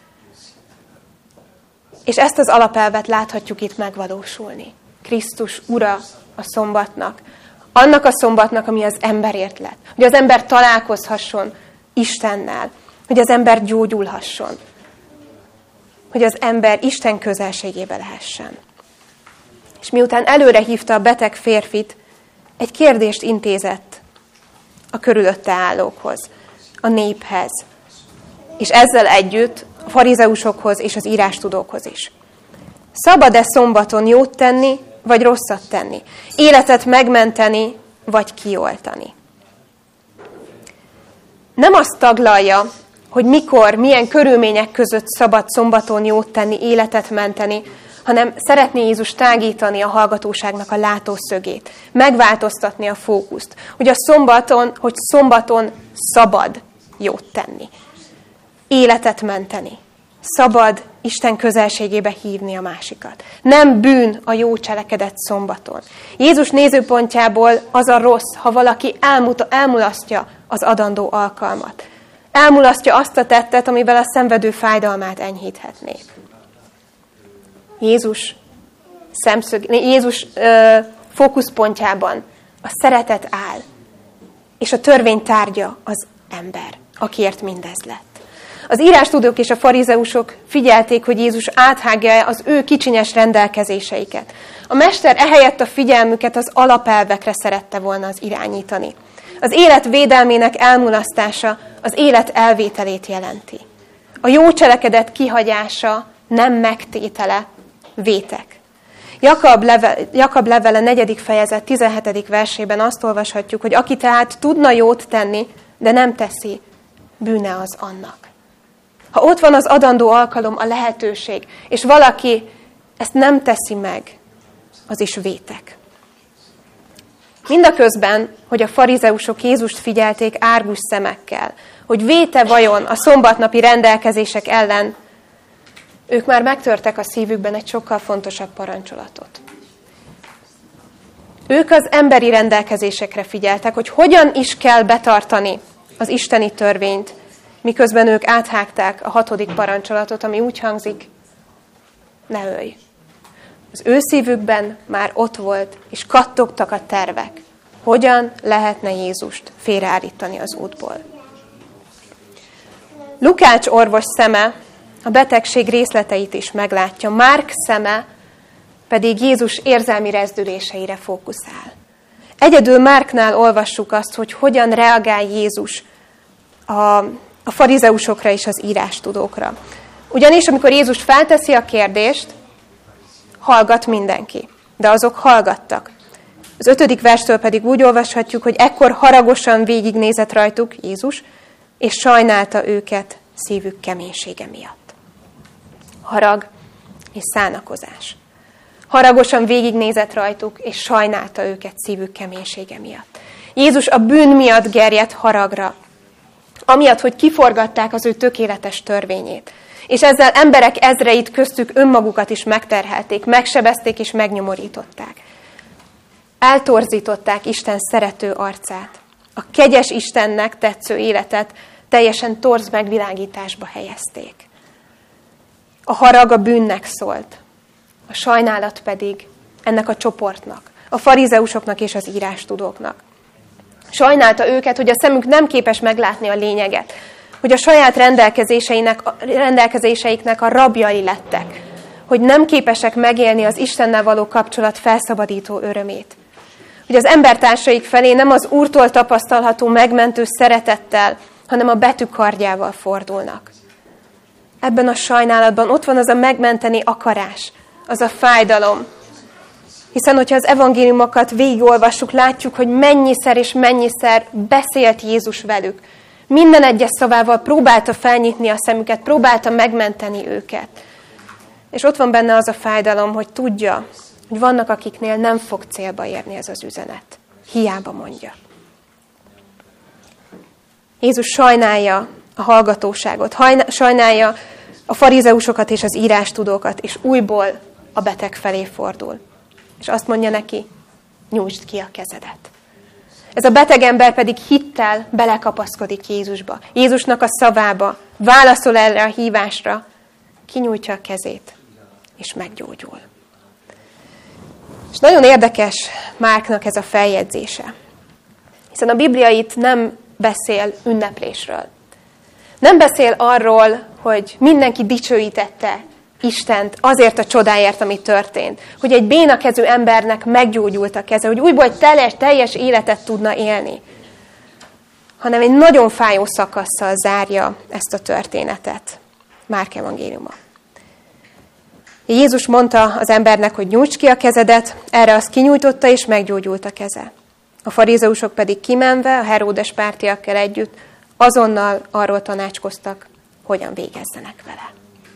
És ezt az alapelvet láthatjuk itt megvalósulni. Krisztus ura a szombatnak. Annak a szombatnak, ami az emberért lett. Hogy az ember találkozhasson Istennel. Hogy az ember gyógyulhasson. Hogy az ember Isten közelségébe lehessen. És miután előre hívta a beteg férfit, egy kérdést intézett a körülötte állókhoz, a néphez. És ezzel együtt a farizeusokhoz és az írástudókhoz is. Szabad-e szombaton jót tenni, vagy rosszat tenni? Életet megmenteni, vagy kioltani? Nem azt taglalja, hogy mikor, milyen körülmények között szabad szombaton jót tenni, életet menteni, hanem szeretné Jézus tágítani a hallgatóságnak a látószögét, megváltoztatni a fókuszt, hogy szombaton szabad jót tenni, életet menteni, szabad Isten közelségébe hívni a másikat. Nem bűn a jó cselekedet szombaton. Jézus nézőpontjából az a rossz, ha valaki elmulasztja az adandó alkalmat. Elmulasztja azt a tettet, amivel a szenvedő fájdalmát enyhíthetné. Jézus fókuszpontjában a szeretet áll, és a törvény tárgya az ember, akiért mindez lett. Az írástudók és a farizeusok figyelték, hogy Jézus áthágja az ő kicsinyes rendelkezéseiket. A mester ehelyett a figyelmüket az alapelvekre szerette volna az irányítani. Az élet védelmének elmulasztása az élet elvételét jelenti. A jó cselekedet kihagyása nem megtétele, vétek. Jakab levele 4. fejezet 17. versében azt olvashatjuk, hogy aki tehát tudna jót tenni, de nem teszi, bűne az annak. Ha ott van az adandó alkalom, a lehetőség, és valaki ezt nem teszi meg, az is vétek. Mindaközben, hogy a farizeusok Jézust figyelték árgus szemekkel, hogy véte vajon a szombatnapi rendelkezések ellen, ők már megtörtek a szívükben egy sokkal fontosabb parancsolatot. Ők az emberi rendelkezésekre figyeltek, hogy hogyan is kell betartani az isteni törvényt, miközben ők áthágták a 6. parancsolatot, ami úgy hangzik, ne ölj. Az ő szívükben már ott volt, és kattogtak a tervek. Hogyan lehetne Jézust félreállítani az útból? Lukács orvos szeme a betegség részleteit is meglátja. Márk szeme pedig Jézus érzelmi rezdüléseire fókuszál. Egyedül Márknál olvassuk azt, hogy hogyan reagál Jézus a farizeusokra és az írástudókra. Ugyanis, amikor Jézus felteszi a kérdést, hallgat mindenki, de azok hallgattak. Az 5. verstől pedig úgy olvashatjuk, hogy ekkor haragosan végignézett rajtuk Jézus, és sajnálta őket szívük keménysége miatt. Harag és szánakozás. Haragosan végignézett rajtuk, és sajnálta őket szívük keménysége miatt. Jézus a bűn miatt gerjedt haragra, amiatt, hogy kiforgatták az ő tökéletes törvényét. És ezzel emberek ezreit, köztük önmagukat is megterhelték, megsebezték és megnyomorították. Eltorzították Isten szerető arcát. A kegyes Istennek tetsző életet teljesen torz megvilágításba helyezték. A harag a bűnnek szólt, a sajnálat pedig ennek a csoportnak, a farizeusoknak és az írástudóknak. Sajnálta őket, hogy a szemük nem képes meglátni a lényeget, hogy a saját rendelkezéseiknek a rabjai lettek, hogy nem képesek megélni az Istennel való kapcsolat felszabadító örömét. Hogy az embertársaik felé nem az Úrtól tapasztalható megmentő szeretettel, hanem a betűkardjával fordulnak. Ebben a sajnálatban ott van az a megmenteni akarás, az a fájdalom. Hiszen, hogyha az evangéliumokat végigolvassuk, látjuk, hogy mennyiszer és mennyiszer beszélt Jézus velük. Minden egyes szavával próbálta felnyitni a szemüket, próbálta megmenteni őket. És ott van benne az a fájdalom, hogy tudja, hogy vannak, akiknél nem fog célba érni ez az üzenet. Hiába mondja. Jézus sajnálja a hallgatóságot, sajnálja a farizeusokat és az írástudókat, és újból a beteg felé fordul. És azt mondja neki, nyújtsd ki a kezedet. Ez a beteg ember pedig hittel belekapaszkodik Jézusba, Jézusnak a szavába, válaszol erre a hívásra, kinyújtja a kezét, és meggyógyul. És nagyon érdekes Márknak ez a feljegyzése, hiszen a Biblia itt nem beszél ünneplésről. Nem beszél arról, hogy mindenki dicsőítette Istent azért a csodáért, ami történt. Hogy egy bénakezű embernek meggyógyult a keze, hogy újból egy teljes életet tudna élni. Hanem egy nagyon fájó szakasszal zárja ezt a történetet. Márk evangéliuma. Jézus mondta az embernek, hogy nyújts ki a kezedet, erre azt kinyújtotta, és meggyógyult a keze. A farizeusok pedig kimenve, a Heródes pártiakkal együtt, azonnal arról tanácskoztak, hogyan végezzenek vele.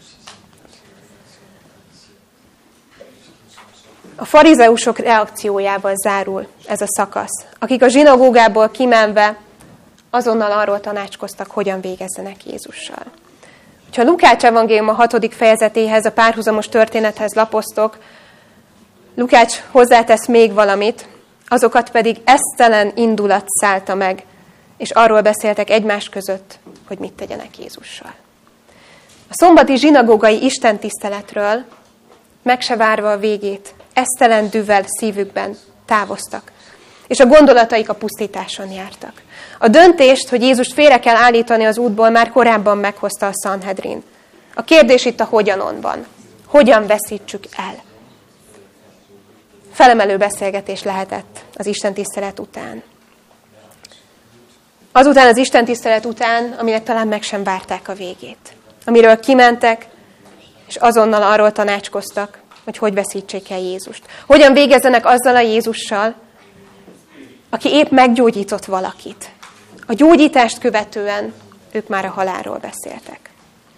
A farizeusok reakciójával zárul ez a szakasz, akik a zsinagógából kimenve azonnal arról tanácskoztak, hogyan végezzenek Jézussal. Ha Lukács evangélium a 6. fejezetéhez, a párhuzamos történethez lapoztok, Lukács hozzátesz még valamit, azokat pedig esztelen indulat szállta meg, és arról beszéltek egymás között, hogy mit tegyenek Jézussal. A szombati zsinagógai istentiszteletről, meg se várva a végét, esztelen dühvel szívükben távoztak, és a gondolataik a pusztításon jártak. A döntést, hogy Jézust félre kell állítani az útból, már korábban meghozta a Sanhedrin. A kérdés itt a hogyanon van. Hogyan veszítsük el? Felemelő beszélgetés lehetett az istentisztelet után. Azután az istentisztelet után, aminek talán meg sem várták a végét. Amiről kimentek, és azonnal arról tanácskoztak, hogy veszítsék el Jézust. Hogyan végezzenek azzal a Jézussal, aki épp meggyógyított valakit. A gyógyítást követően ők már a halálról beszéltek.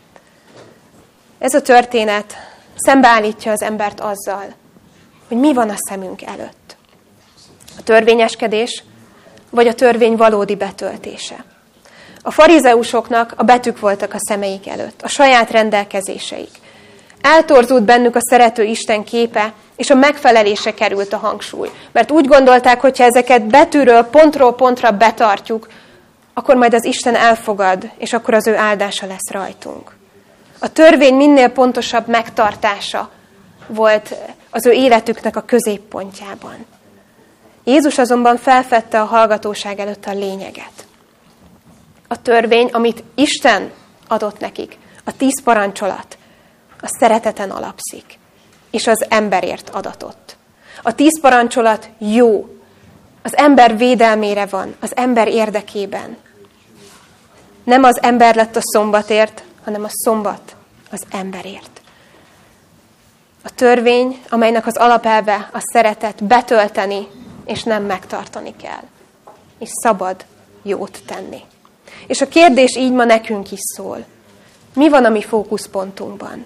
Ez a történet szembeállítja az embert azzal, hogy mi van a szemünk előtt. A törvényeskedés, vagy a törvény valódi betöltése. A farizeusoknak a betűk voltak a szemeik előtt, a saját rendelkezéseik. Eltorzult bennük a szerető Isten képe, és a megfelelésre került a hangsúly. Mert úgy gondolták, hogy ha ezeket betűről pontról pontra betartjuk, akkor majd az Isten elfogad, és akkor az ő áldása lesz rajtunk. A törvény minél pontosabb megtartása volt az ő életüknek a középpontjában. Jézus azonban felfedte a hallgatóság előtt a lényeget. A törvény, amit Isten adott nekik, a 10 parancsolat, a szereteten alapszik. és az emberért adatott. A 10 parancsolat jó. Az ember védelmére van, az ember érdekében. Nem az ember lett a szombatért, hanem a szombat az emberért. A törvény, amelynek az alapelve a szeretet, betölteni, és nem megtartani kell. És szabad jót tenni. És a kérdés így ma nekünk is szól. Mi van a mi fókuszpontunkban?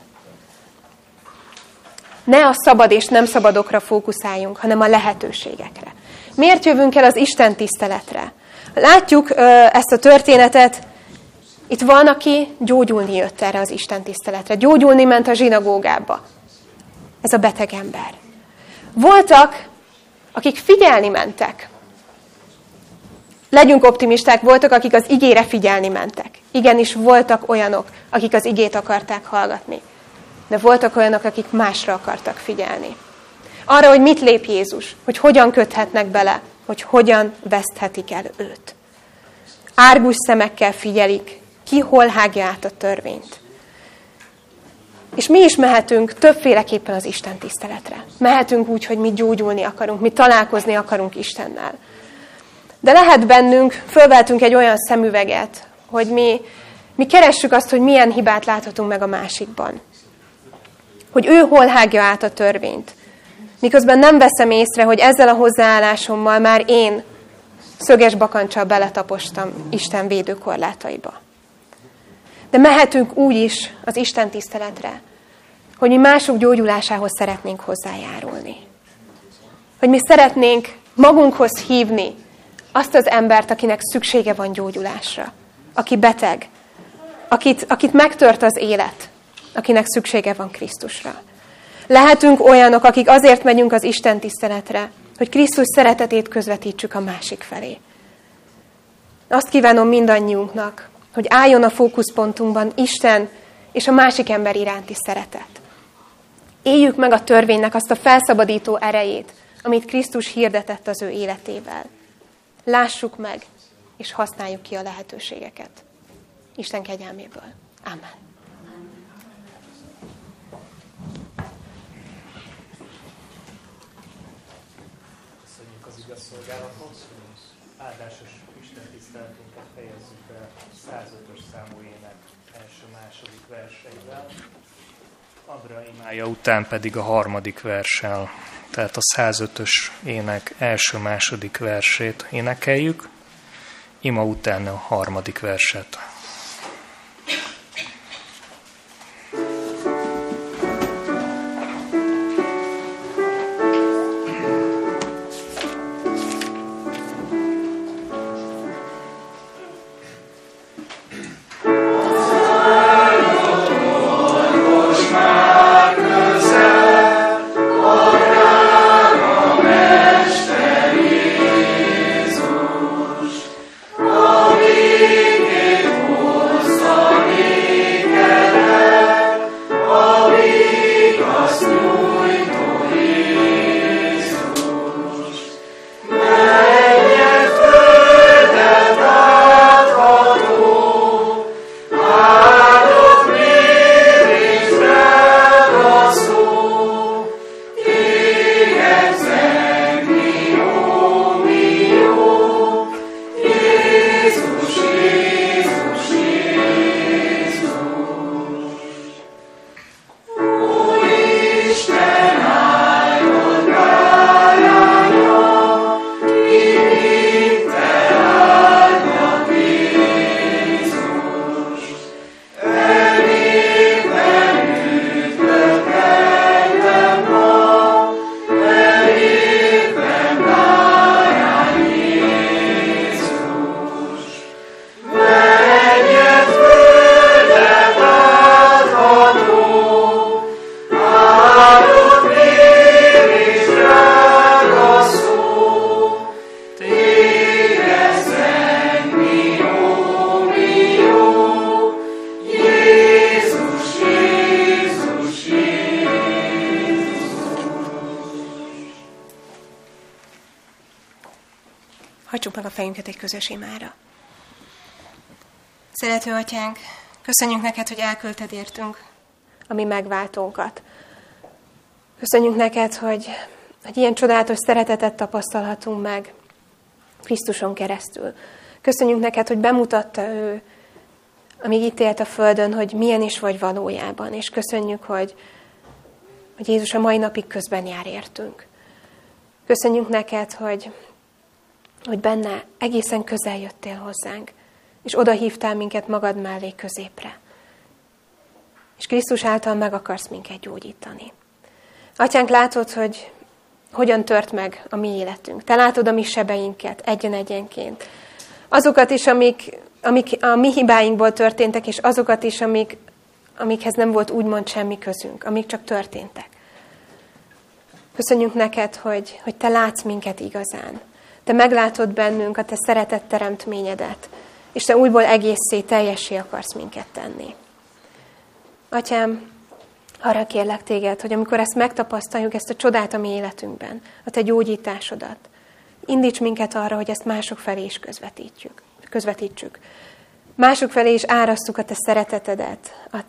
Ne a szabad és nem szabadokra fókuszáljunk, hanem a lehetőségekre. Miért jövünk el az Isten tiszteletre? Látjuk ezt a történetet, itt van, aki gyógyulni jött erre az Isten tiszteletre. Gyógyulni ment a zsinagógába. Ez a beteg ember. Voltak, akik figyelni mentek. Legyünk optimisták, voltak, akik az igére figyelni mentek. Igenis voltak olyanok, akik az igét akarták hallgatni. De voltak olyanok, akik másra akartak figyelni. Arra, hogy mit lép Jézus, hogy hogyan köthetnek bele, hogy hogyan veszthetik el őt. Árgus szemekkel figyelik, ki hol hágja át a törvényt. És mi is mehetünk többféleképpen az Isten tiszteletre. Mehetünk úgy, hogy mi gyógyulni akarunk, mi találkozni akarunk Istennel. De lehet bennünk, fölvehetünk egy olyan szemüveget, hogy mi keressük azt, hogy milyen hibát láthatunk meg a másikban. Hogy ő hol hágja át a törvényt. Miközben nem veszem észre, hogy ezzel a hozzáállásommal már én szöges bakancsal beletapostam Isten védőkorlátaiba. De mehetünk úgy is az Isten tiszteletre, hogy mi mások gyógyulásához szeretnénk hozzájárulni. Hogy mi szeretnénk magunkhoz hívni azt az embert, akinek szüksége van gyógyulásra. Aki beteg, akit megtört az élet, akinek szüksége van Krisztusra. Lehetünk olyanok, akik azért megyünk az Isten tiszteletre, hogy Krisztus szeretetét közvetítsük a másik felé. Azt kívánom mindannyiunknak, hogy álljon a fókuszpontunkban Isten és a másik ember iránti szeretet. Éljük meg a törvénynek azt a felszabadító erejét, amit Krisztus hirdetett az ő életével. Lássuk meg, és használjuk ki a lehetőségeket. Isten kegyelméből. Amen. Köszönjük az igaz szolgálatot. Áldásos Isten tiszteletünket fejezzük be 105-ös számú ének első-második verseivel. Abra imája után pedig a harmadik verssel. Tehát a 105-ös ének első-második versét énekeljük, ima után a harmadik verset. Hajtsuk meg a fejünket egy közös imára. Szerető Atyánk, köszönjük neked, hogy elküldted értünk a mi megváltónkat. Köszönjük neked, hogy ilyen csodálatos szeretetet tapasztalhatunk meg Krisztuson keresztül. Köszönjük neked, hogy bemutatta ő, amíg itt élt a földön, hogy milyen is vagy valójában. És köszönjük, hogy Jézus a mai napig közben jár értünk. Köszönjük neked, hogy benne egészen közel jöttél hozzánk, és oda hívtál minket magad mellé középre. És Krisztus által meg akarsz minket gyógyítani. Atyánk, látod, hogy hogyan tört meg a mi életünk. Te látod a mi sebeinket egyen-egyenként. Azokat is, amik a mi hibáinkból történtek, és azokat is, amikhez nem volt úgymond semmi közünk, amik csak történtek. Köszönjük neked, hogy te látsz minket igazán. Te meglátod bennünk a te szeretett teremtményedet, és te újból egészé, teljessé akarsz minket tenni. Atyám, arra kérlek téged, hogy amikor ezt megtapasztaljuk, ezt a csodát a mi életünkben, a te gyógyításodat, indíts minket arra, hogy ezt mások felé is közvetítsük. Mások felé is árasztuk a te szeretetedet, a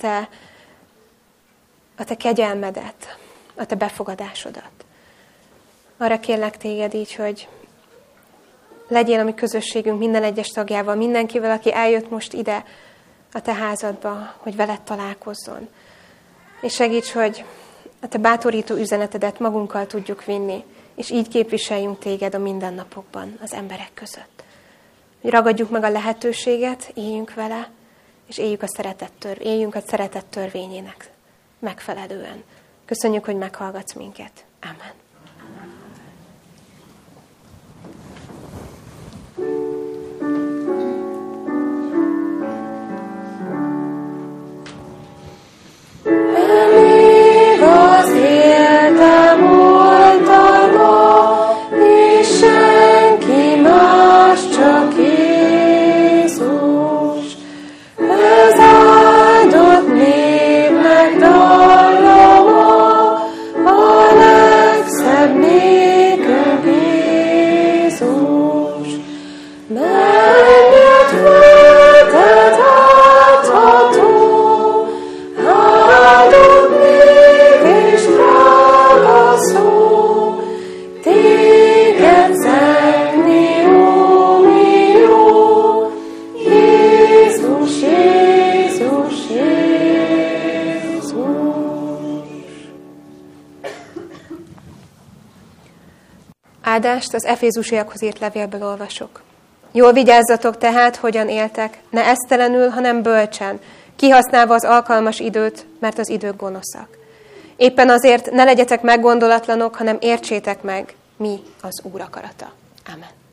te kegyelmedet, a te befogadásodat. Arra kérlek téged így, hogy legyél a mi közösségünk minden egyes tagjával, mindenkivel, aki eljött most ide a te házadba, hogy veled találkozzon. És segíts, hogy a te bátorító üzenetedet magunkkal tudjuk vinni, és így képviseljünk téged a mindennapokban az emberek között. Hogy ragadjuk meg a lehetőséget, éljünk vele, és éljünk a szeretet törvényének megfelelően. Köszönjük, hogy meghallgatsz minket. Amen. Áldást az Efézusiakhoz írt levélből olvasok. Jól vigyázzatok tehát, hogyan éltek, ne esztelenül, hanem bölcsen, kihasználva az alkalmas időt, mert az idők gonoszak. Éppen azért ne legyetek meggondolatlanok, hanem értsétek meg, mi az Úr akarata. Amen.